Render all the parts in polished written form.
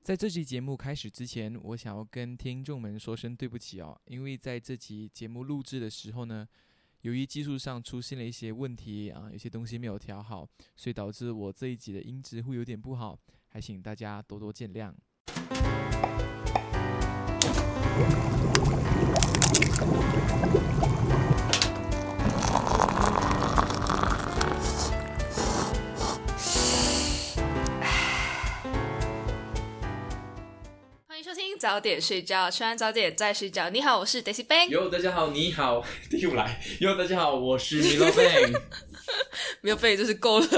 在这期节目开始之前，我想要跟听众们说声对不起哦，因为在这期节目录制的时候呢，由于技术上出现了一些问题啊，有些东西没有调好，所以导致我这一集的音质会有点不好，还请大家多多见谅。 收听早点睡觉，吃完早点再睡觉。你好，我是 Daisy Bang。 哟，大家好，你好，又来。哟，大家好，我是 Milo Bang。 Milo Bang 就是够了。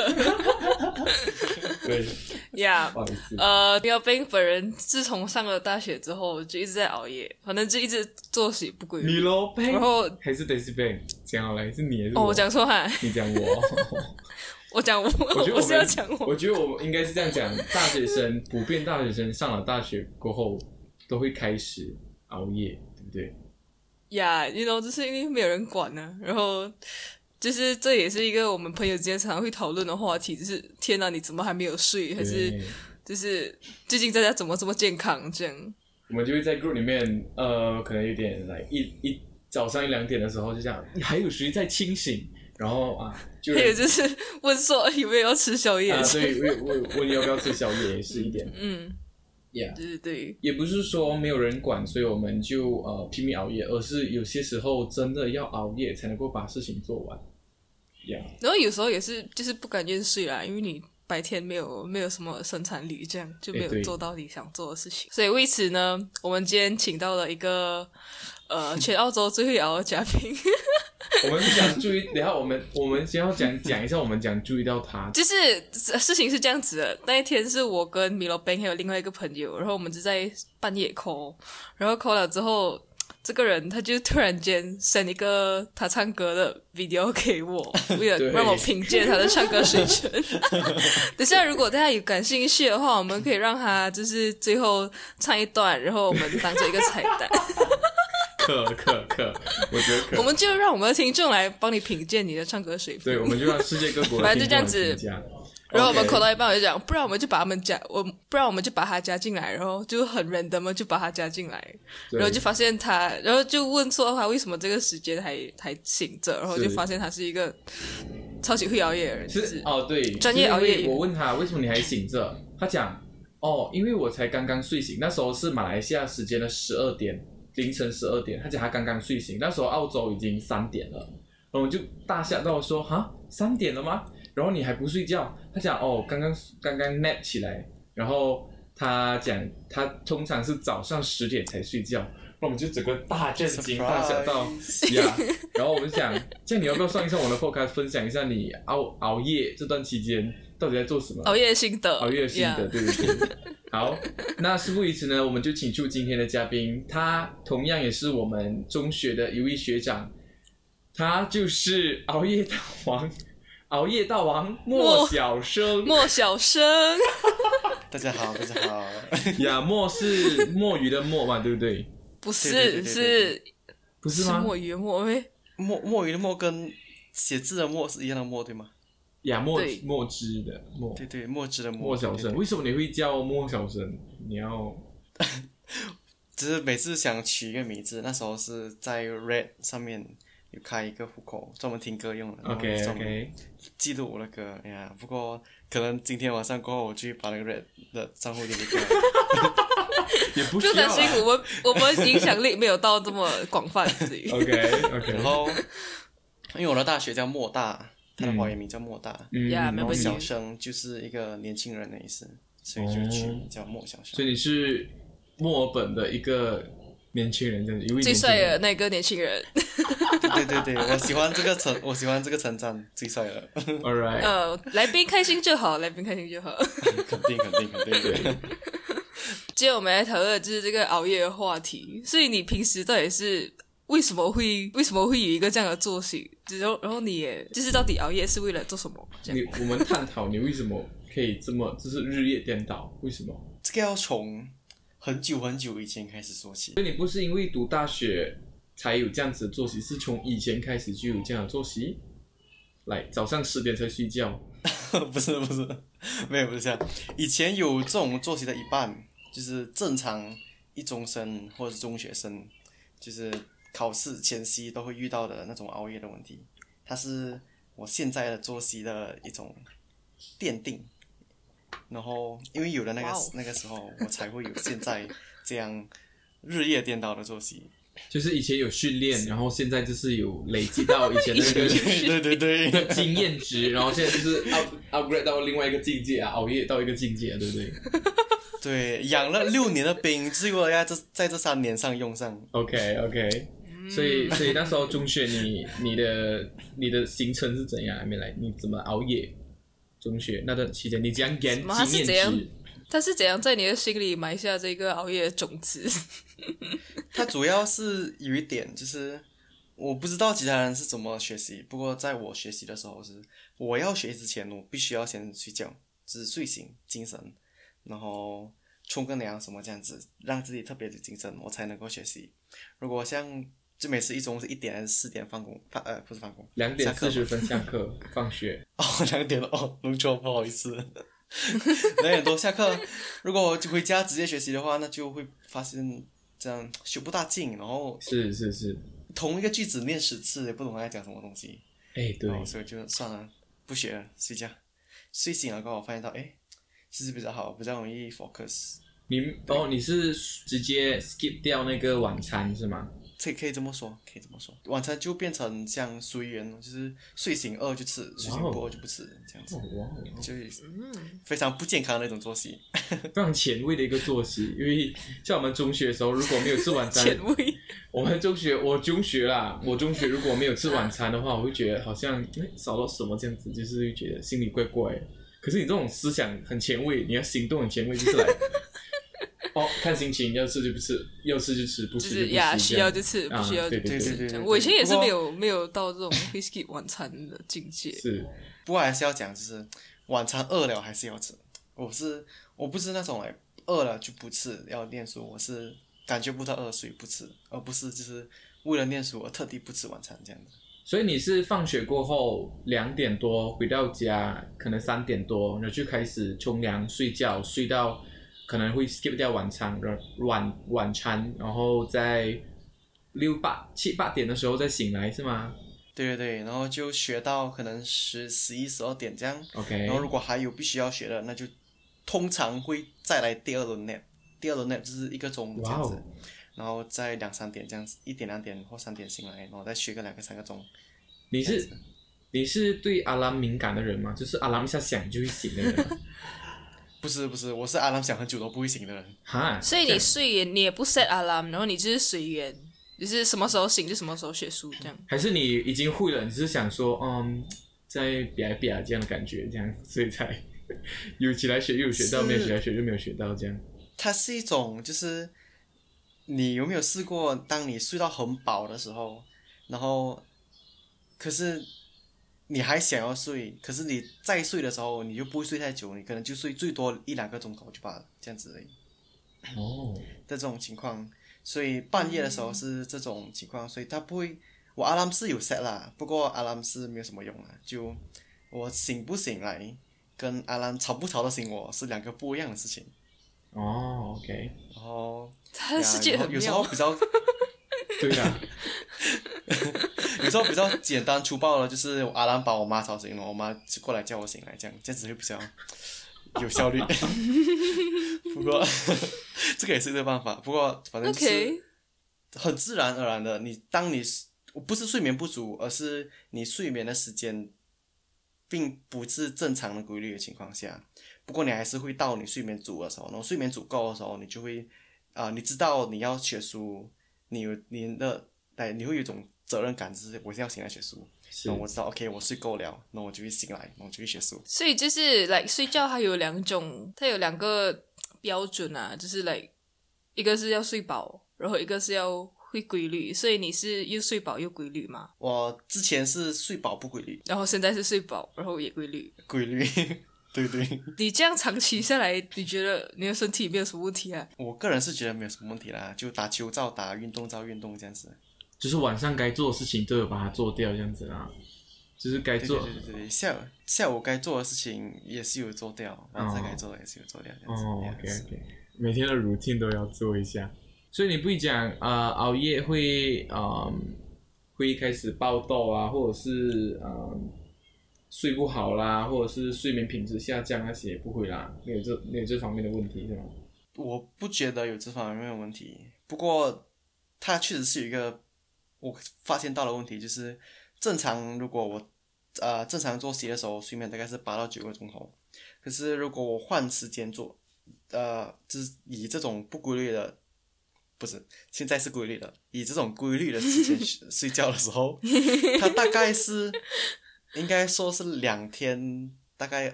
对 ，Yeah， 不好意思。 Milo Bang 本人自从上了大学之后，就一直在熬夜，反正就一直作息不规律。 Milo Bang， 然后还是 Daisy Bang， 讲好来是你还是我？我讲错哈。 你讲我。 我讲我是要讲我。 我觉得我们应该是这样讲，大学生普遍大学生上了大学过后都会开始熬夜，对不对 ？Yeah，you know，就是因为没有人管呢，然后就是这也是一个我们朋友之间常常会讨论的话题，就是天哪，你怎么还没有睡？还是就是最近大家怎么这么健康这样？ 我们就会在 group 里面，可能有点来一早上1-2点的时候就这样，还有谁在清醒？然后还有就是问说有没有要吃宵夜对，问你要不要吃宵夜也是一点。 Yeah， 对， 也不是说没有人管，所以我们就拼命熬夜，而是有些时候真的要熬夜才能够把事情做完。 然后有时候也是就是不甘愿睡啦，因为你白天没有什么生产力，这样就没有做到你想做的事情。所以为此呢，我们今天请到了一个全澳洲最会熬的嘉宾。 我们是想注意，等一下我们先要讲一下，我们讲注意到他， 就是事情是这样子的。那一天是我跟 Milo Bang 还有另外一个朋友，然后我们就在半夜 call， 然后 call 了之后，这个人他就突然间 send 一个他唱歌的 video 给我，为了让我凭借他的唱歌水准。等下如果大家有感兴趣的话，我们可以让他就是最后唱一段，然后我们当做一个彩蛋。 可，我觉得可。 我们就让我们的听众来帮你品鉴你的唱歌水平。 对，我们就让世界各国的听众来评价。 反正就这样子。然后我们口到一半我就讲，不然我们就把他们不然我们就把他加进来，然后就很 random 就把他加进来，然后就发现他，然后就问说他为什么这个时间还醒着，然后就发现他是一个超级会熬夜的人， 对， 专业熬夜。 我问他为什么你还醒着，他讲因为我才刚刚睡醒，那时候是马来西亚时间的12点。凌晨12点，他讲他刚刚睡醒，那时候澳洲已经3点了，然后我就大吓到说哈3点了吗？然后你还不睡觉？他讲刚刚 nap 起来，然后他讲他通常是早上10点才睡觉，然后我们就整个大震惊大吓到呀，然后我们想，这样你要不要上一上我的 podcast 分享一下你熬夜这段期间到底在做什么？ 熬夜的心得， 对。好，那事不宜迟呢，我们就请出今天的嘉宾，他同样也是我们中学的一位学长，他就是熬夜大王莫小生。 大家好。 呀，莫是墨鱼的墨嘛，对不对？ 不是， 不是吗？ 是墨鱼的墨咩？ 墨鱼的墨跟写字的墨是一样的墨，对吗？ 呀，墨汁的墨， 对，墨汁的墨。 莫小生，为什么你会叫莫小生？你要， 只是每次想取一个名字，那时候是在 Red 上面有开一个户口，专门听歌用的。 OK， 记录我的歌呀。不过可能今天晚上过后，我就把那个 Red 的账户给你改。 也不需要。 就担心我们影响力没有到这么广泛。 OK， 然后因为我的大学叫莫大。他的华语名叫莫大，然后小生就是一个年轻人的意思，所以就取名叫莫小生。 所以你是墨尔本的一个年轻人，这样子，一位最帅的那个年轻人。 对，我喜欢这个称赞，最帅了。 All right， 来宾开心就好，肯定。对。 今天我们来讨论就是这个熬夜的话题，所以你平时到底是为什么会有一个这样的作息？然后你也就是到底熬夜是为了做什么？ 我们探讨你为什么可以这么就是日夜颠倒？为什么？ 这个要从很久以前开始说起。 所以你不是因为读大学才有这样子的作息，是从以前开始就有这样的作息？来，早上10点才睡觉？ 不是，没有不是这样。以前有这种作息的一半， 就是正常一中生或者是中学生，就是考试前夕都会遇到的那种熬夜的问题。它是我现在的作息的一种奠定，然后因为有了那个时候，我才会有现在这样日夜颠倒的作息。 就是以前有训练，然后现在就是有累积到以前那个对经验值，然后现在就是 upgrade 到另外一个境界啊，熬夜到一个境界，对不对？ 对，养了6年的兵，结果要在这3年上用上。 OK， 所以那时候中学你的行程是怎样？还没来，你怎么熬夜？中学那段期间，你怎样 gain 经验值？ 他是怎样在你的心里埋下这个熬夜的种子？ 他主要是有一点，就是我不知道其他人是怎么学习，不过在我学习的时候是，我要学习之前，我必须要先睡觉，就是睡醒精神，然后冲个凉什么这样子，让自己特别的精神，我才能够学习。如果像就每次一中是1点还是4点放工，不是放工 ，2点40分下课放学。 哦，2点了哦，弄错，不好意思。2点多下课，如果我回家直接学习的话，那就会发现这样学不大进，然后是同一个句子念10次也不懂他在讲什么东西。 对， 所以就算了，不学了，睡觉。睡醒了过后，我发现到其实比较好，比较容易 focus。 你是直接 skip 掉那个晚餐是吗？ 可以这么说，晚餐就变成像随缘，就是睡醒饿就吃，睡醒不饿就不吃，这样子，就是非常不健康的一种作息， 非常前卫的一个作息。因为像我们中学的时候，如果没有吃晚餐， 前卫。 我中学如果没有吃晚餐的话，我会觉得好像少了什么这样子，就是会觉得心里怪怪的。可是你这种思想很前卫，你要行动很前卫，就是来。看心情，要吃就不吃，要吃就吃，不吃就不吃。 就是需要就吃，不需要就不吃。 对， 我以前也是没有到这种 skip 晚餐的境界。 是， 不过还是要讲，就是晚餐饿了还是要吃。我不是那种饿了就不吃要念书，我是感觉不到饿所以不吃，而不是就是为了念书而特地不吃晚餐这样的。 所以你是放学过后2点多回到家，可能3点多，然后就开始冲凉睡觉，睡到可能会 skip 掉晚餐，然后在6、7、8点的时候再醒来是吗？ 对，然后就学到可能10、11、12点这样。 OK。 然后如果还有必须要学的，那就通常会再来第二轮 nap。第二轮 nap 就是1个钟这样子。然后在2、3点这样子，1点、2点或3点醒来，然后再学个2个3个钟。 你是对 alarm 敏感的人吗？就是 alarm 一下响就会醒的人？ 不是，我是 alarm 响很久都不会醒的人。 哈， 所以你睡眠你也不 set alarm， 然后你就是随缘，就是什么时候醒就什么时候学书这样。 还是你已经会了，你只是想说在比这样的感觉，这样所以才有起来学又有学到，没有起来学就没有学到这样。 它是一种就是你有没有试过，当你睡到很饱的时候，然后可是你还想要睡，可是你再睡的时候你就不会睡太久，你可能就睡最多1、2个钟头就罢了，这样子而已。的这种情况，所以半夜的时候是这种情况，所以它不会。我 alarm 是有 set 啦，不过 alarm 是没有什么用啦，就我醒不醒来跟 alarm 吵不吵得醒我是2个不一样的事情。 OK。 然后他的世界很妙。 有时候比较对啊。 有时候比较简单粗暴的，就是我alarm把我妈吵醒了，我妈过来叫我醒来，这样子会比较有效率。不过这个也是一个办法，不过反正就是很自然而然的。当你不是睡眠不足，而是你睡眠的时间并不是正常的规律的情况下，不过你还是会到你睡眠足的时候，然后睡眠足够的时候，你就会你知道你要学书，你会有一种责任感，就是我要醒来学书。然后我知道 OK 我睡够了，那我就会醒来，然后我就会学书。 所以就是睡觉它有2个标准啊，就是一个是要睡饱，然后一个是要会规律。所以你是又睡饱又规律吗？ 我之前是睡饱不规律， 然后现在是睡饱然后也规律。 对。 你这样长期下来，你觉得你的身体没有什么问题啊？ 我个人是觉得没有什么问题啦，就打球照打，运动照运动这样子。 就是晚上该做的事情都有把它做掉，这样子啊。就是该做。 对，下午该做的事情也是有做掉，晚上该做的也是有做掉。这样子。 OK。 每天的 routine 都要做一下。所以你不会讲熬夜会开始爆痘啊，或者是睡不好啦，或者是睡眠品质下降那些不会啦，没有这方面的问题是吗？ 我不觉得有这方面的问题，不过它确实是有一个我发现到的问题，就是正常如果我正常作息的时候，睡眠大概是8到9个钟头，可是如果我换时间做，就是以这种不规律的，不是现在是规律的，以这种规律的时间睡觉的时候，它大概是应该说是2天。大概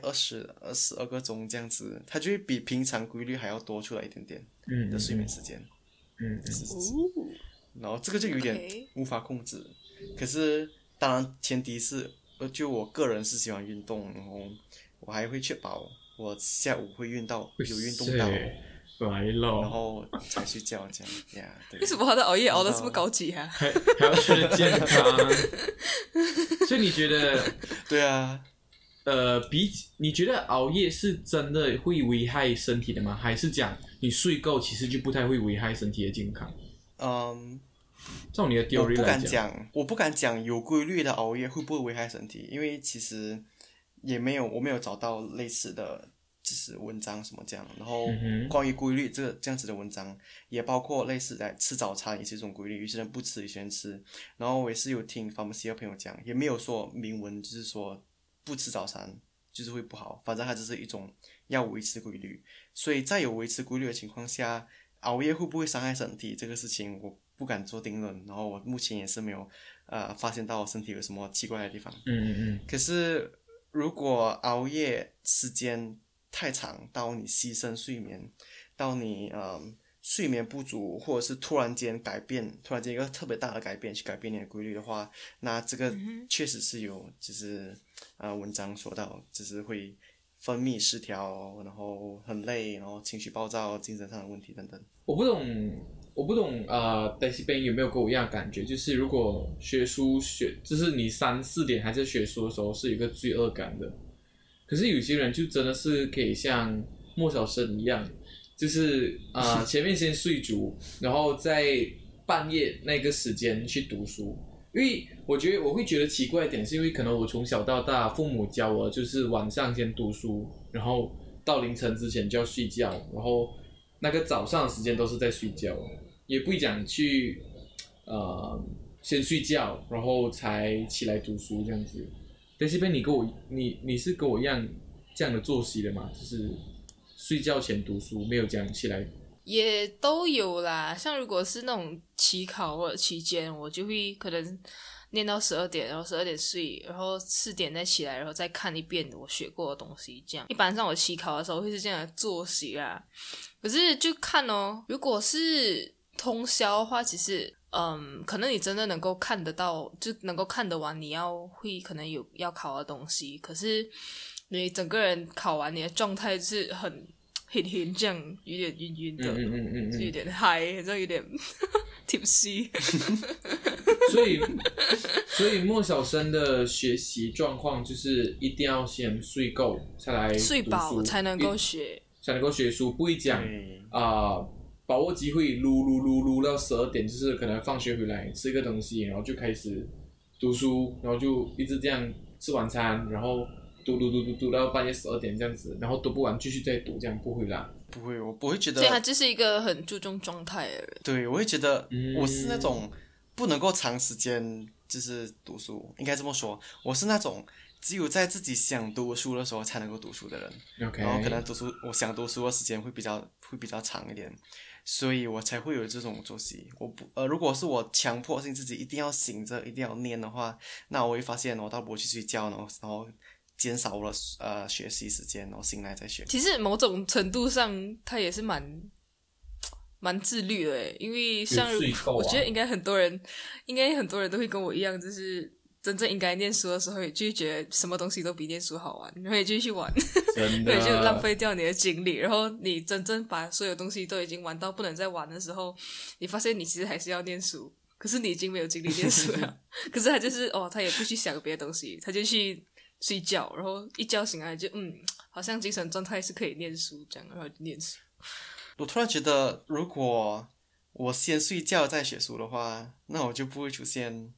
22个钟这样子，它就会比平常规律还要多出来一点点的睡眠时间。是。然后这个就有点无法控制。可是当然前提是，就我个人是喜欢运动，然后我还会确保我下午有运动到， 来了， 然后才睡觉这样呀。 为什么他的熬夜熬得这么高级啊？ 还要吃得健康。所以你觉得？ 对啊。 你觉得熬夜是真的会危害身体的吗？还是讲你睡够其实就不太会危害身体的健康？照你的 theory 来讲， 我不敢讲有规律的熬夜会不会危害身体，因为其实我没有找到类似的就是文章什么这样。然后关于规律这样子的文章，也包括类似在吃早餐也是一种规律，有些人不吃，有些人吃。然后我也是有听 pharmacy 的朋友讲，也没有说明文就是说不吃早餐就是会不好，反正它只是一种要维持规律。所以在有维持规律的情况下，熬夜会不会伤害身体这个事情我不敢做定论，然后我目前也是没有发现到我身体有什么奇怪的地方。可是如果熬夜时间太长到你牺牲睡眠，到你睡眠不足，或者是突然间一个特别大的改变去改变你的规律的话，那这个确实是有就是文章说到就是会分泌失调，然后很累，然后情绪暴躁，精神上的问题等等。 我不懂Daisy Ben 有没有跟我一样的感觉，就是如果就是你3-4点还在学书的时候是有一个罪恶感的，可是有些人就真的是可以像莫小生一样，就是前面先睡足，然后在半夜那个时间去读书。因为我会觉得奇怪一点，是因为可能我从小到大父母教我就是晚上先读书，然后到凌晨之前就要睡觉，然后那个早上的时间都是在睡觉，也不会讲去先睡觉然后才起来读书这样子。但是边你是跟我一样这样的作息的吗？就是睡觉前读书，没有这样起来？ 也都有啦，像如果是那种期考或者期间，我就会可能念到12点，然后12点睡，然后4点再起来，然后再看一遍我学过的东西，这样。一般上我期考的时候会是这样的作息啦。可是就看哦，如果是通宵的话，其实可能你真的能够看得到，就能够看得完你可能有要考的东西，可是你整个人考完你的状态是很这样，有点晕晕的，就有点嗨，然后有点tipsy。 所以莫小生的学习状况就是一定要先睡够才来读书， 睡饱才能够学书，不会讲把握机会撸到12点，就是可能放学回来吃个东西，然后就开始读书，然后就一直这样吃晚餐，然后读到半夜12点这样子，然后读不完继续再读，这样不会啦。 不会，我不会觉得。 所以他就是一个很注重状态的人。 对，我会觉得我是那种不能够长时间就是读书，应该这么说，我是那种只有在自己想读书的时候才能够读书的人。 Okay. 然后可能我想读书的时间会比较长一点，所以我才会有这种作息。如果是我强迫性自己一定要醒着，一定要念的话，那我会发现我倒不如去睡觉，然后减少了学习时间，然后醒来再学。 其实某种程度上，他也是蛮自律的诶，因为像我觉得应该很多人都会跟我一样，就是真正应该念书的时候，也就觉得什么东西都比念书好玩，然后也就去玩， 真的， 对，就浪费掉你的精力。然后你真正把所有东西都已经玩到不能再玩的时候，你发现你其实还是要念书，可是你已经没有精力念书了。可是他就是他也不去想别的东西，他就去睡觉，然后一觉醒来就好像精神状态是可以念书这样，然后就念书。 我突然觉得，如果我先睡觉再写书的话，那我就不会出现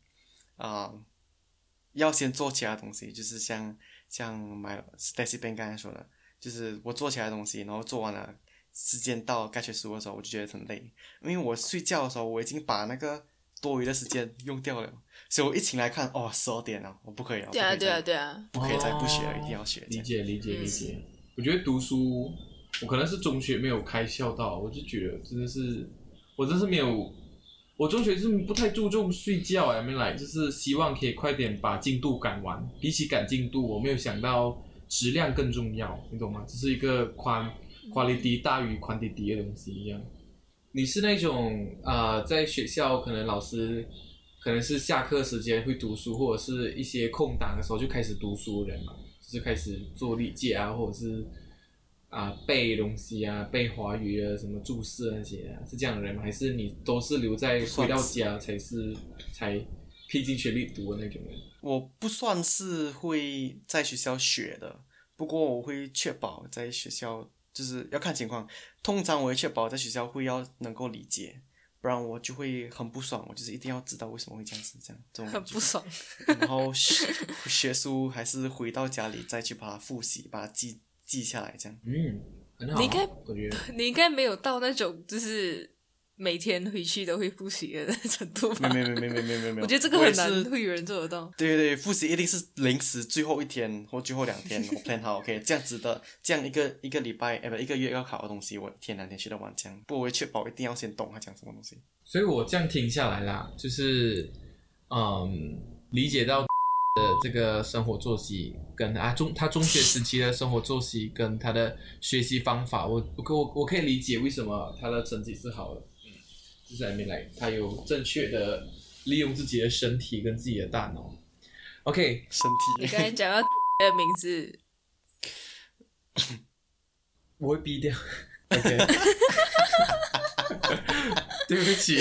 要先做其他东西，就是像Stacy Ben 刚才说的，就是我做其他东西，然后做完了，时间到该写书的时候，我就觉得很累，因为我睡觉的时候我已经把那个多余的时间用掉了，所以我一醒来看，12点了，我不可以了。 对啊，对啊，对啊， 不可以再不学了，一定要学。 理解。我觉得读书，我可能是中学没有开窍到，我就觉得我真是没有，我中学是不太注重睡觉I mean like 就是希望可以快点把进度赶完，比起赶进度，我没有想到质量更重要，你懂吗？这是一个quality 大于 quantity 的东西一样。你是那种在学校可能老师可能是下课时间会读书，或者是一些空档的时候就开始读书的人嘛，就是开始做历届啊，或者是背东西啊，背华语的什么注释那些是这样的人吗？还是你都是留在回到家才拼尽全力读的那种人？ 我不算是会在学校学的，不过我会确保在学校就是要看情况，通常我会确保在学校会要能够理解，不然我就会很不爽，我就是一定要知道为什么会这样子，这种很不爽。 然后学书还是回到家里再去把它复习，把它记下来，这样。 很好。我觉得你应该没有到那种就是每天回去都会复习的程度吧？ 没有。 我觉得这个很难会有人做得到。 对，复习一定是临时最后一天或最后2天我 plan 好 OK 这样子的，这样一个礼拜一个月要考的东西，我1天2天学得完这样，不我会确保一定要先懂他讲什么东西。 所以我这样听下来啦，就是理解到的这个生活作息跟他中学时期的生活作息跟他的学习方法，我可以理解为什么他的成绩是好的，就是I mean like他有正确的利用自己的身体跟自己的大脑。OK， 身体。 你刚才讲到的名字， 我会逼掉。OK， 对不起，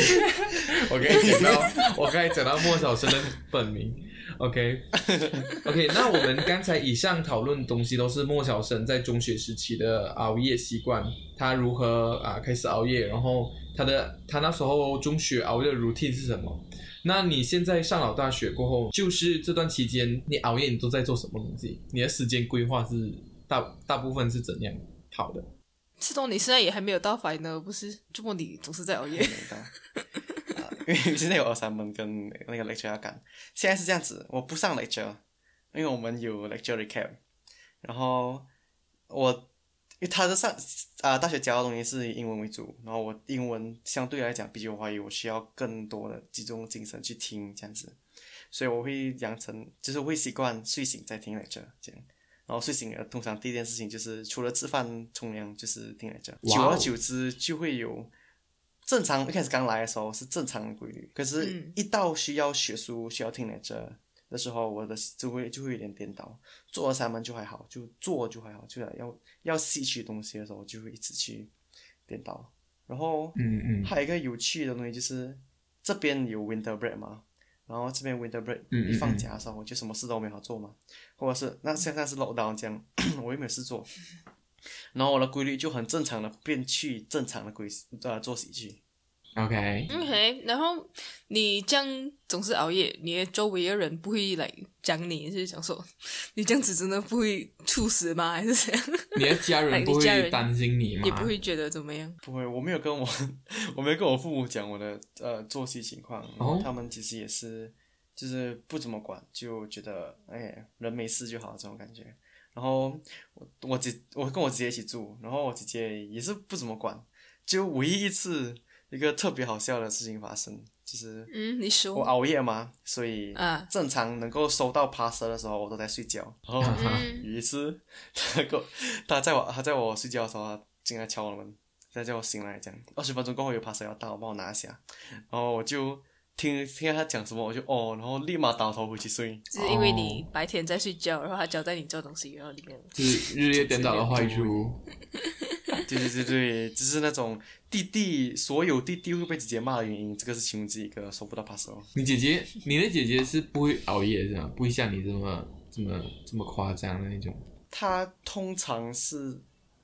我刚才讲到莫小生的本名。OK， 那我们刚才以上讨论的东西都是莫小生在中学时期的熬夜习惯，他如何开始熬夜，然后他那时候中学熬夜的 routine 是什么？那你现在上了大学过后，就是这段期间你熬夜你都在做什么东西？你的时间规划是大部分是怎样跑的？ 是东你现在也还没有到 final 不是？就么你总是在熬夜。 因为现在有assignment跟那个 lecture 要赶，现在是这样子，我不上 lecture， 因为我们有 lecture recap， 然后因为他的大学教的东西是以英文为主，然后我英文相对来讲比较华语，我需要更多的集中精神去听这样子，所以我会养成就是会习惯睡醒再听 lecture 这样，然后睡醒了通常第一件事情就是除了吃饭冲凉就是听 lecture， 久而久之就会有。正常一开始刚来的时候是正常的规律，可是一到需要学书需要听 lecture 的时候，我的就会有点颠倒。做assignment就还好，就还好，就要吸取东西的时候就会一直去颠倒。然后还有一个有趣的东西就是这边有 winter break 嘛，然后这边 winter break 一放假的时候我就什么事都没法做嘛，或者是那现在是 lockdown 这样我又没有事做，然后我的规律就很正常的变去正常的作息去。 OK， 然后你这样总是熬夜，你的周围的人不会来讲你，是想说你这样子真的不会猝死吗？还是怎样？ 你的家人不会担心你吗？ 也不会觉得怎么样？ 不会，我没有跟我父母讲我的作息情况，然后他们其实也是就是不怎么管，就觉得人没事就好这种感觉。然后我跟我姐姐一起住，然后我姐姐也是不怎么管，就唯一一次一个特别好笑的事情发生，就是你说我熬夜嘛，所以正常能够收到 parcel 的时候我都在睡觉，然后有一次他在我睡觉的时候他进来敲我的门，再叫我醒来，这样20分钟过后有 parcel 要到，帮我拿一下，然后我就听他讲什么我就然后立马倒头回去睡。 就是因为你白天在睡觉，然后他交代你做东西，然后里面就是日夜颠倒的坏处。 对，就是那种所有弟弟会被姐姐骂的原因，这个是其中之一个收不到 parcel。你的姐姐是不会熬夜是吗？不会像你这么夸张的那种。 她通常是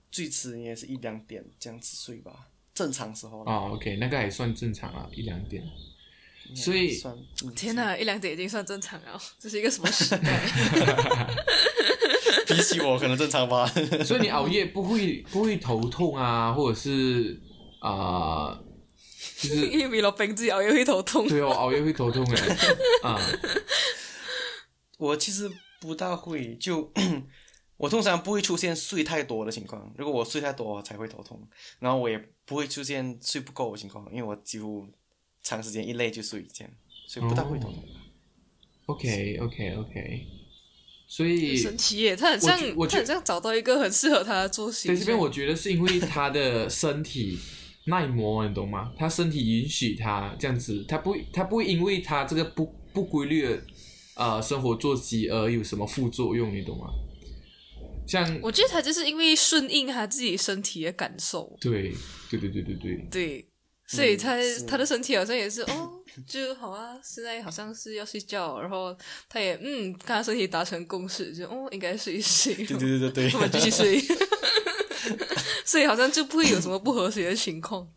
最迟应该是1-2点这样子睡吧，正常时候啦。 哦，OK，那个还算正常啊，1-2点。所以算天哪，1-2点已经算正常了，这是一个什么时代？ 比起我可能正常吧。 所以你熬夜不会头痛啊，或者是就是因为米老冰自己熬夜会头痛。 对哦，熬夜会头痛哎啊。 我其实不大会，就我通常不会出现睡太多的情况。如果我睡太多，我才会头痛。然后我也不会出现睡不够的情况，因为我几乎长时间一累就睡，这样，所以不大会头痛。 OK，所以神奇耶，他很像找到一个很适合他的作息。 在这边我觉得是因为他的身体耐磨，你懂吗？他身体允许他这样子，他不会因为他这个不规律的生活作息而有什么副作用，你懂吗？像我觉得他就是因为顺应他自己身体的感受。 对， 对，所以他的身体好像也是就好啊，现在好像是要睡觉，然后他也跟他身体达成共识，就应该睡一睡， 对， 我们继续睡，所以好像就不会有什么不和谐的情况。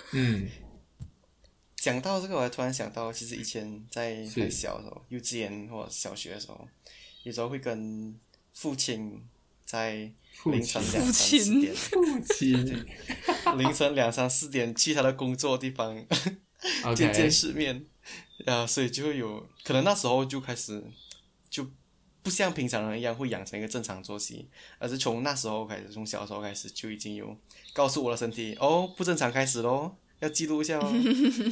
讲到这个，我还突然想到，其实以前在还小的时候，幼稚园或小学的时候，有时候会跟父亲在凌晨2-3-4点，凌晨2-3-4点去他的工作地方见见世面所以就会有可能那时候就开始就不像平常人一样会养成一个正常作息，而是从那时候开始，从小时候开始就已经有告诉我的身体不正常开始咯，要记录一下哦。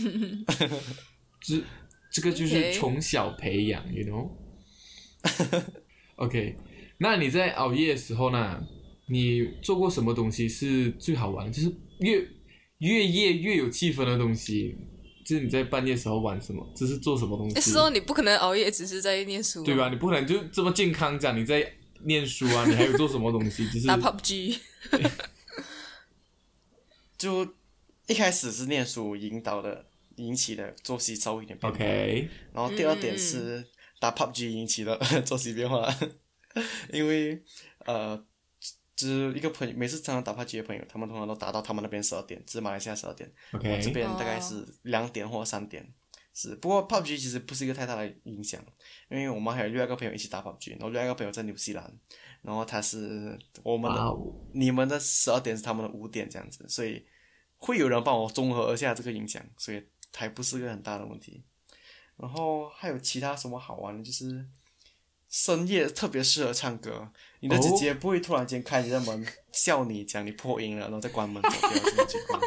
这个就是从小培养 you know OK， 那你在熬夜的时候呢，你做过什么东西是最好玩的？就是越夜越有气氛的东西，就是你在半夜的时候玩什么，这是做什么东西？ 是你不可能熬夜只是在念书对吧？你不可能就这么健康讲你在念书啊，你还有做什么东西？就是打 PUBG 就一开始是念书引起的作息稍微有点变化 OK， 然后第二点是打 PUBG 引起的作息变化。因为就是一个朋友，每次常常打 PUBG 的朋友，他们通常都打到他们那边12点，是马来西亚12点， OK， 这边大概是2点或3点。不过 PUBG 其实不是一个太大的影响，因为我们还有另外一个朋友一起打 PUBG， 然后另外一个朋友在纽西兰，然后他是你们的12点是他们的5点这样子，所以会有人帮我综合一下这个影响，所以还不是个很大的问题。然后还有其他什么好玩的，就是深夜特别适合唱歌，你的姐姐不会突然间开你的门笑你讲你破音了，然后再关门走掉这种情况。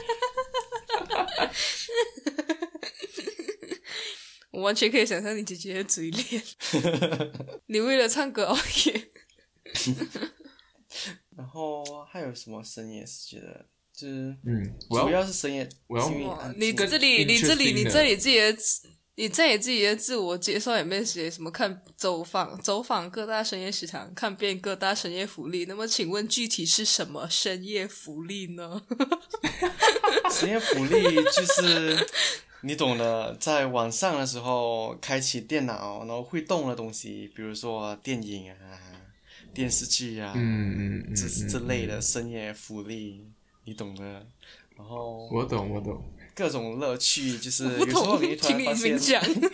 我完全可以想象你姐姐的嘴脸。你为了唱歌熬夜。 然后还有什么深夜是觉得就是主要是深夜， 你这里你在你自己的自我介绍里面写什么？看走访各大深夜食堂，看遍各大深夜福利。那么，请问具体是什么深夜福利呢？ 深夜福利就是你懂的，在晚上的时候开启电脑，然后会动的东西，比如说电影啊、电视剧啊，这类的深夜福利，你懂的。然后我懂。 各种乐趣，就是有时候你突然发现，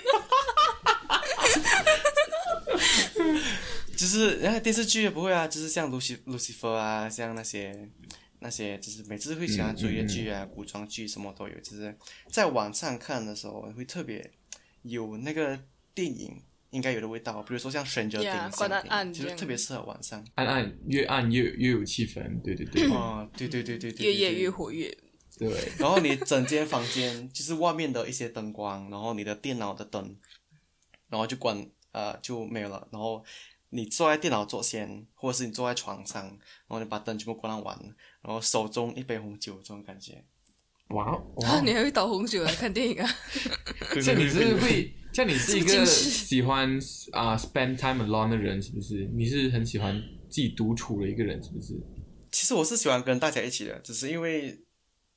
就是电视剧也不会啊，就是像 Lucifer 啊，像那些就是每次会喜欢追的剧啊，古装剧什么都有，就是在晚上看的时候会特别有那个电影应该有的味道，比如说像 Stranger Things 关暗就是特别适合晚上， 越暗越有气氛，对。 对， 越夜越活跃。 对，然后你整间房间就是外面的一些灯光，然后你的电脑的灯，然后就就没有了，然后你坐在电脑桌前，或者是你坐在床上，然后你把灯全部关完，然后手中一杯红酒，这种感觉。 哇！ 你还会倒红酒来看电影啊？ 像你是一个喜欢spend time alone 的人，是不是？你是很喜欢自己独处的一个人，是不是？ 其实我是喜欢跟大家一起的，只是因为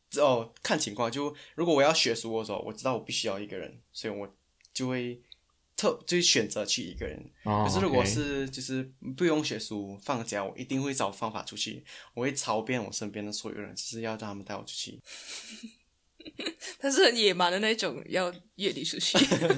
看情况，就如果我要学书的时候，我知道我必须要一个人，所以我就会就选择去一个人。 哦可是如果 OK 是就是不用学书放假，我一定会找方法出去，我会吵遍我身边的所有人，就是要让他们带我出去。 他是很野蛮的那种，要约你出去。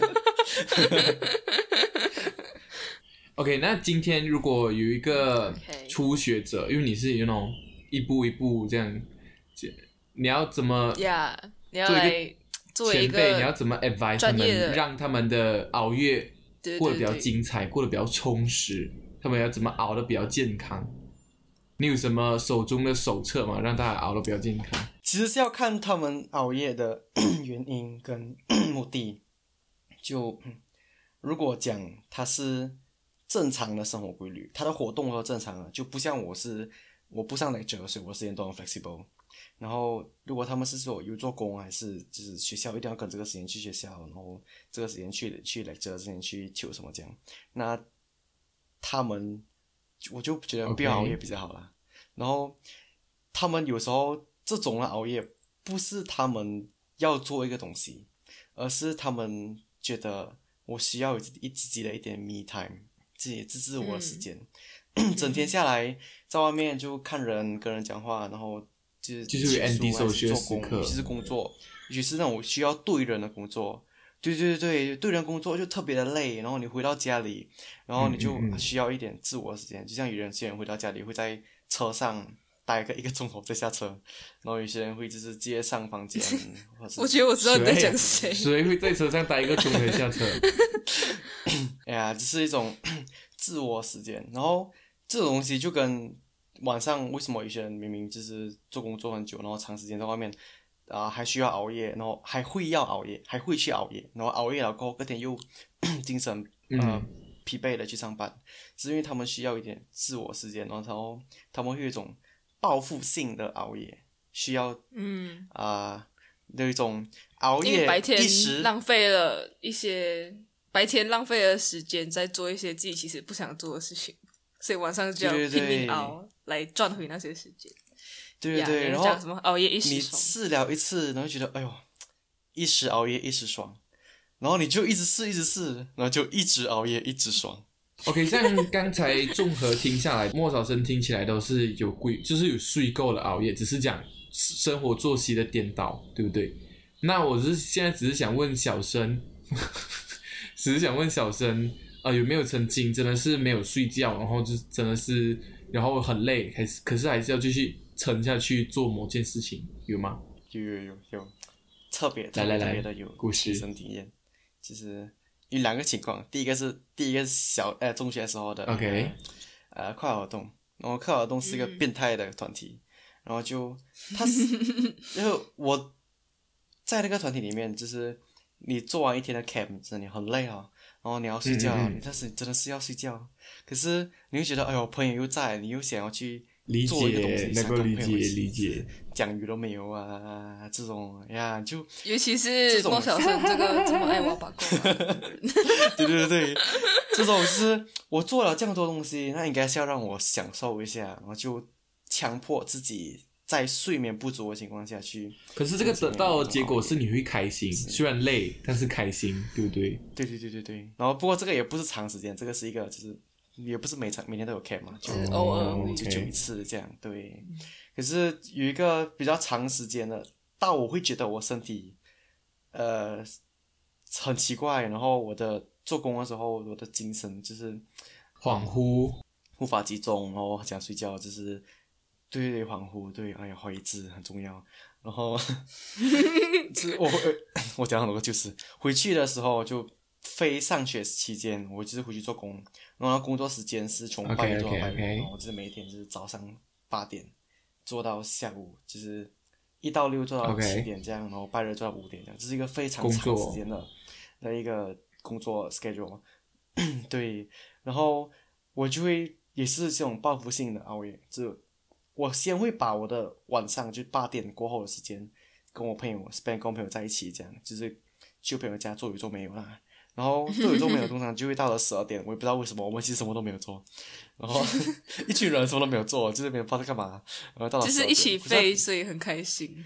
OK， 那今天如果有一个 OK 初学者因为你是那种一步一步这样，你要怎么呀你要做一个来作为一前辈，你要个怎么 advise 他们， 专业的让他们的熬夜对过得比较对精彩，过得比较充实？他们要怎么熬得比较健康？你有什么手中的手册吗？让大家熬得比较健康？ 其实是要看他们熬夜的原因跟目的。就如果讲他是正常的生活规律，他的活动都正常的，就不像我不上lecture，所以我时间都很 flexible。然后如果他们是说有做工，还是就是学校一定要跟这个时间去学校，然后这个时间去lecture，这时间去求什么这样，那他们我就觉得不要熬夜比较好啦。然后他们有时候这种的熬夜不是他们要做一个东西，而是他们觉得我需要有自己的一点 me time， 自我的时间。整天下来在外面就看人跟人讲话，然后就是有 anti-social 做工， 时刻尤其是工作，尤其是那种需要对人的工作。对人工作就特别的累，然后你回到家里，然后你就需要一点自我的时间。就像有些人回到家里会在车上待个1个钟头再下车，然后有些人会就是直接上房间。 我觉得我知道你在讲谁。 谁会在车上待1个钟头下车？ 哎呀，这是一种自我时间。然后这种东西就跟晚上为什么有些人明明就是做工作很久，然后长时间在外面还需要熬夜，然后还会去熬夜，然后熬夜了过后隔天又精神疲惫的去上班，是因为他们需要一点自我时间，然后他们会有一种报复性的熬夜，需要有一种熬夜因为白天一时浪费了一些白天浪费了时间在做一些自己其实不想做的事情，所以晚上就要拼命熬来赚回那些时间。 对，然后讲什么熬夜一时你爽， 试了一次，然后觉得哎呦，一时熬夜一时爽，然后你就一直试，然后就一直熬夜一直爽。 OK， 像刚才综合听下来，莫少生听起来都是就是有睡够了熬夜，只是讲生活作息的颠倒，对不对？那我现在只是想问小生，有没有曾经真的是没有睡觉，然后就真的是然后很累，可是还是要继续撑下去做某件事情，有吗？ 有，特别来的有故事亲身体验，就是有2个情况。第一个是中学时候的 OK 课外活动，然后课外活动是一个变态的团体，然后然后我在那个团体里面，就是你做完一天的 camp， 真的你很累啊，然后你要睡觉，你真的是要睡觉，可是你会觉得哎呦朋友又在，你又想要去理做一个东西， 解，能够理理解， 讲语都没有啊，这种呀就尤其是莫小生这个这么爱挖八卦对，这种是我做了这样多东西，那应该是要让我享受一下，然后就强迫自己在睡眠不足的情况下去。 可是这个得到的结果是你会开心，虽然累，但是开心，对不对？ 对。然后不过这个也不是长时间，这个是一个就是也不是每天都有 camp 嘛，就偶尔就一次这样。对，可是有一个比较长时间的，到我会觉得我身体很奇怪，然后我的做工的时候，我的精神就是恍惚， 无法集中，然后想睡觉，就是对恍惚，对，哎呀，怀疑字很重要。然后我讲很多个，就是回去的时候就非上学期间，我就是回去做工，然后工作时间是从8点做到8点，然后就是每天就是早上8点做到下午，就是1到6做到7点这样，然后拜日做到5点这样，这是一个非常长时间的一个工作 schedule。对，然后我就会也是这种报复性的熬夜，就我先会把我的晚上就8点过后的时间跟我朋友在一起，这样就是去朋友家做有做没有啦。然后做有做没有，通常就会到了12点，我也不知道为什么，我们其实什么都没有做，然后一群人什么都没有做，就是没有不知道在干嘛，然后到了12点就是一起飞，所以很开心。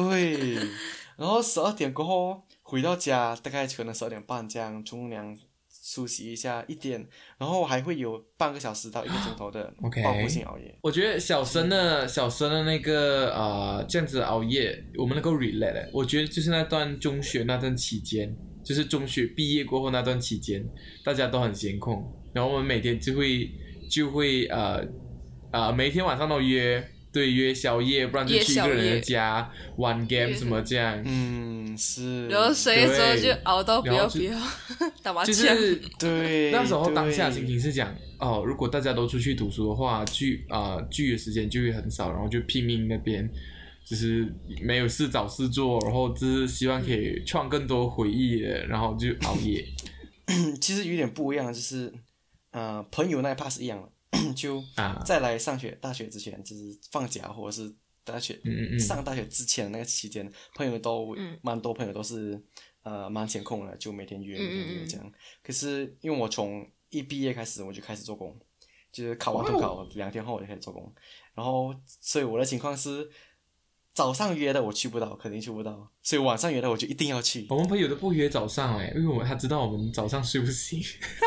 对，然后12点过后回到家，大概可能12点半这样，冲凉梳洗一下1点，然后还会有半个小时到1个钟头的 OK 报复性熬夜。 我觉得小生的那个这样子熬夜，我们能够 relate。我觉得就是那段中学那段期间，就是中学毕业过后那段期间，大家都很闲空，然后我们每天就会每天晚上都约宵夜，不然就去一个人的家玩 game 什么这样。 是。 然后睡的时候就熬到不要打麻将。 就是对， 那时候当下心情是讲如果大家都出去读书的话，聚的时间就会很少，然后就拼命那边就是没有事找事做，然后就是希望可以创更多回忆的，然后就熬夜。 其实有点不一样，就是朋友那一 part 是一样的。就在来上学大学之前，就是放假或者是大学上大学之前的那个期间，朋友都蛮多朋友都是蛮闲空的，就每天约这样。可是因为我从一毕业开始我就开始做工，就是考完统考2天后我就开始做工，然后所以我的情况是早上约的我去不到，肯定去不到，所以晚上约的我就一定要去。 我们朋友都不约早上因为他知道我们早上睡不醒。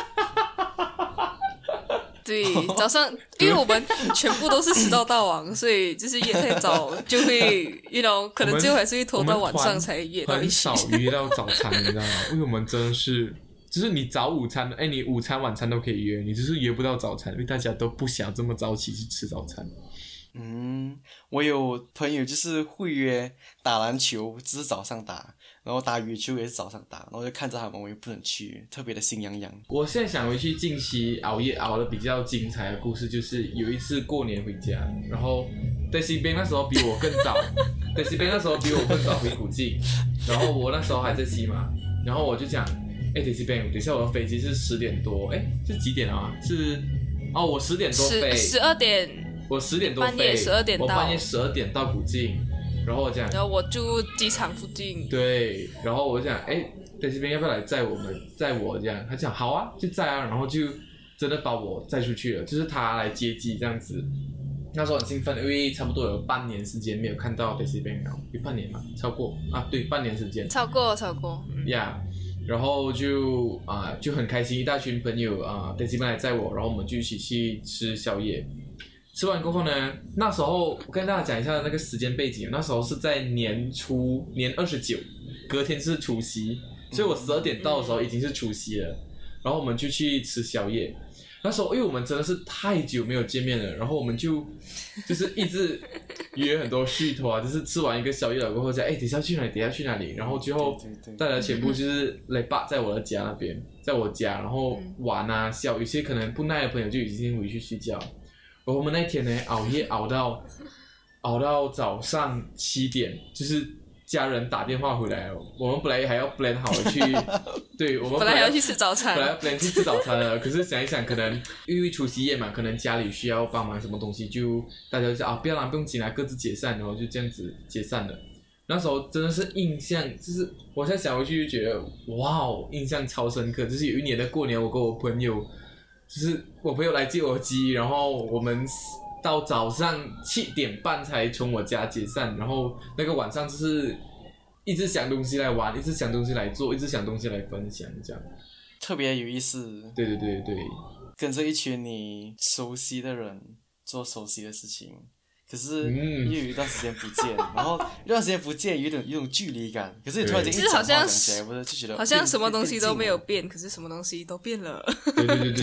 对，早上因为我们全部都是迟到大王，所以就是约太早就会可能最后还是会拖到晚上才约到一起。 很少约到早餐，你知道吗？因为我们真的是，就是你早午餐，你午餐晚餐都可以约，你就是约不到早餐，因为大家都不想这么早起去吃早餐。 我有朋友就是会约打篮球，只是早上打，然后打羽球也是早上打，然后就看着他们，我又不能去，特别的心痒痒。 我现在想回去近期熬夜熬的比较精彩的故事，就是有一次过年回家，然后Daisy Ben 那时候比我更早，Daisy Ben 那时候比我更早回古晋，然后我那时候还在西马，然后我就讲，Daisy Ben， 等一下我的飞机是10点多，是几点啊？我10点多飞 ，12点。 我10点多飞， 半夜12点到， 我半夜12点到古晋，然后我讲， 然后我住机场附近， 对，然后我讲，在这边要不要来载我这样？他讲好啊，就载啊，然后就真的把我载出去了，就是他来接机这样子。那时候很兴奋，因为差不多有半年时间没有看到 Daisy Ben 了，有半年嘛，超过对，半年时间， 超过呀。然后就很开心，一大群朋友Daisy Ben 来载我，然后我们就一起去吃宵夜。吃完过后呢，那时候我跟大家讲一下那个时间背景，那时候是在年29，隔天是除夕，所以我12点到的时候已经是除夕了，然后我们就去吃宵夜。那时候因为我们真的是太久没有见面了，然后我们就是一直约很多续托就是吃完一个宵夜了过后讲等一下去哪里，等一下去哪里，然后最后大家全部就是来在我的家那边，在我家，然后玩笑，有些可能不耐的朋友就已经回去睡觉。我们那天呢，熬夜熬到早上7点，就是家人打电话回来了。我们本来还要 plan 好去，对，我们本来还要去吃早餐， 本来 plan 去吃早餐了。可是想一想，可能因为除夕夜嘛，可能家里需要帮忙什么东西，就大家就不要啦，不用紧啦，各自解散，然后就这样子解散了。那时候真的是印象，就是我现在想回去就觉得，哇，印象超深刻。就是有一年的过年，我跟我朋友。就是我朋友来接我机，然后我们到早上7点半才从我家解散，然后那个晚上就是一直想东西来玩，一直想东西来做，一直想东西来分享，这样特别有意思。 对， 跟着一群你熟悉的人做熟悉的事情，可是又有一段时间不见，然后一段时间不见有一种距离感，可是你突然间一讲话讲起来，不是就觉得好像什么东西都没有变，可是什么东西都变了。 对，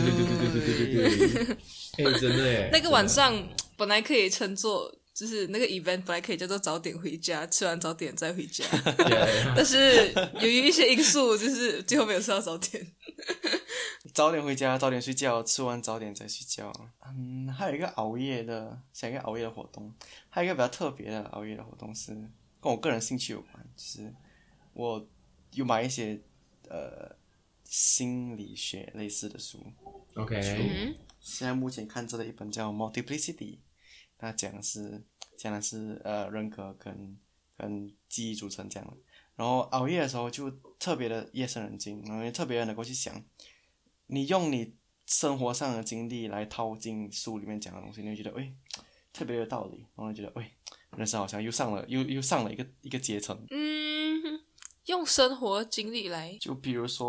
真的耶。 那个晚上本来可以称作，就是那个 event 本来可以叫做早点回家，吃完早点再回家，但是由于一些因素，就是最后没有吃到早点。 早点回家，早点睡觉，吃完早点再睡觉。还有一个想一个熬夜的活动，还有一个比较特别的熬夜的活动是跟我个人兴趣有关，就是我有买一些心理学类似的书。 OK， 现在目前看着的一本叫《Multiplicity》，它讲的是人格跟记忆组成这样的。然后熬夜的时候就特别的夜深人静，然后也特别能够去想，你用你生活上的经历来套进书里面讲的东西，你会觉得特别有道理，然后觉得人生好像又上了一个阶层。 用生活经历来， 就比如说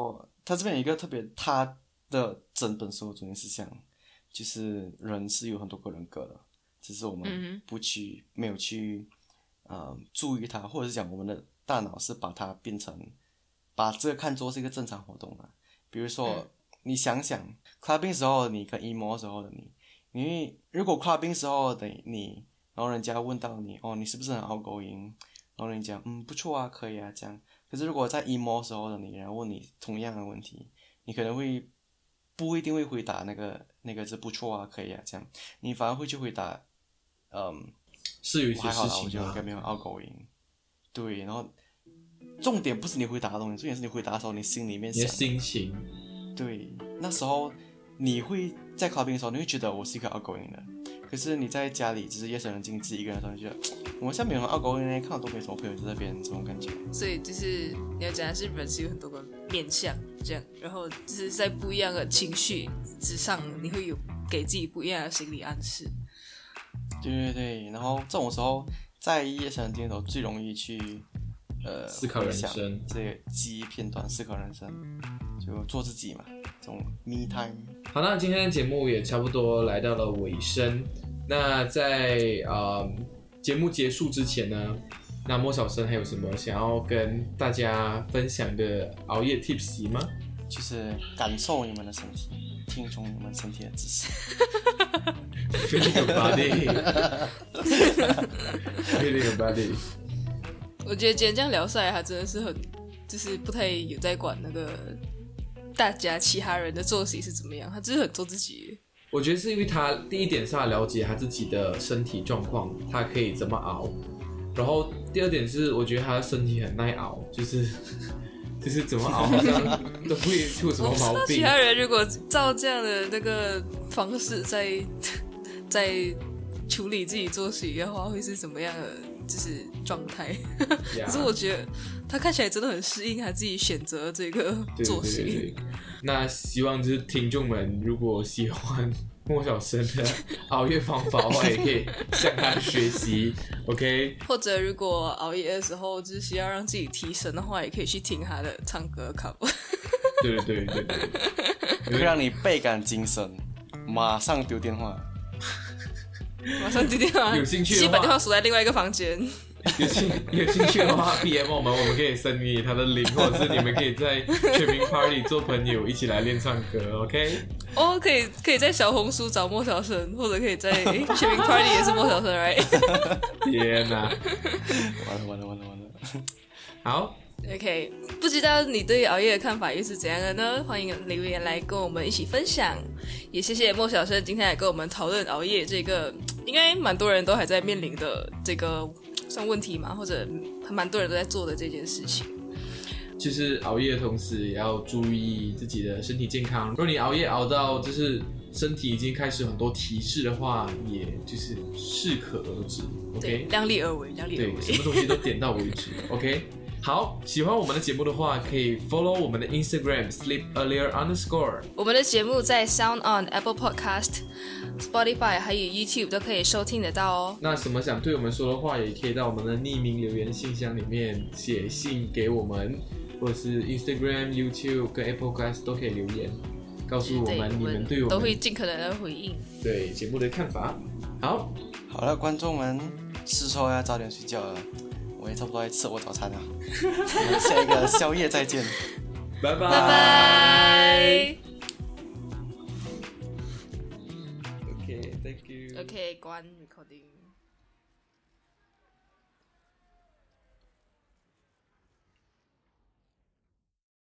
他这边有一个特别，他的整本书中心思想就是人是有很多个人格的，只是我们没有去注意它，或者是讲我们的大脑是把它把这个看作是一个正常活动的。比如说，你想想 clubbing 时候你跟 emo 时候的你如果 clubbing 时候的你，然后人家问到你你是不是很 outgoing， 然后你讲不错啊，可以啊这样。可是如果在 emo 时候的你，然后问你同样的问题，你可能不一定会回答那个是不错啊，可以啊这样，你反而会去回答是有一些还好啦，我事情啊觉得应该没有 outgoing。对，然后重点不是你回答的东西，重点是你回答的时候你心里面想你的心情。 对，那时候你会在 clubbing 的时候，你会觉得我是一个 outgoing 的，可是你在家里就是夜深人静自己一个人的时候，你觉得我现在没有很 outgoing 呢，看到都没什么朋友在那边，这种感觉。 所以就是你要讲的是人是有很多个面向这样，然后就是在不一样的情绪之上，你会有给自己不一样的心理暗示。 对对对，然后这种时候在夜深人静的时候最容易去思考人生， 回想这些记忆片段，思考人生，就做自己嘛，这种 me time。 好，那今天的节目也差不多来到了尾声。那在节目结束之前呢，那莫小生还有什么想要跟大家分享的熬夜 tips 吗？ 就是感受你们的身体，听从你们身体的指示。 Feeling your body， Feeling your body。 我觉得今天这样聊下来，他真的是就是不太有在管那个大家其他人的作息是怎么样，他就是很做自己。 我觉得是因为他第一点是他了解他自己的身体状况，他可以怎么熬。然后第二点是，我觉得他的身体很耐熬，就是怎么熬好像都不会出什么毛病。 其他人如果照这样的那个方式在处理自己作息的话，会是怎么样的就是状态？可是我觉得他看起来真的很适应他自己选择这个作息。 对。那希望就是听众们如果喜欢莫小生的熬夜方法的话，也可以向他学习。OK。 或者如果熬夜的时候就是需要让自己提神的话，也可以去听他的唱歌课。 对， 会让你倍感精神，马上丢电话。 马上丢电话， 有兴趣的话， 直接把电话锁在另外一个房间。 有兴趣的话 ，PM 我们可以send你他的 link， 或者是你们可以在全民 Party 做朋友，一起来练唱歌 ，OK？ 可以在小红书找莫小生，或者可以在全民 Party 也是莫小生 ，right？ 天哪！ 完了。 好。 OK， 不知道你对熬夜的看法又是怎样的呢？欢迎留言来跟我们一起分享。也谢谢莫小生今天来跟我们讨论熬夜这个，应该蛮多人都还在面临的这个算问题嘛，或者蛮多人都在做的这件事情。 就是熬夜的同时也要注意自己的身体健康。如果你熬夜熬到就是身体已经开始很多提示的话，也就是适可而止 ，OK？ 量力而为， 对，什么东西都点到为止，OK？好，喜欢我们的节目的话，可以 follow 我们的 Instagram sleepearlier_. 我们的节目在 SoundOn、Apple Podcast、Spotify 还有 YouTube 都可以收听得到哦。 那什么想对我们说的话，也可以到我们的匿名留言信箱里面写信给我们，或者是 Instagram、YouTube 跟 Apple Podcast 都可以留言，告诉我们你们对我们都会尽可能的回应对节目的看法。好了，观众们，是时候要早点睡觉了。我也差不多来吃我早餐了，我们下一个宵夜再见， 拜拜。 拜拜。 OK，Thank you。 OK，关 recording。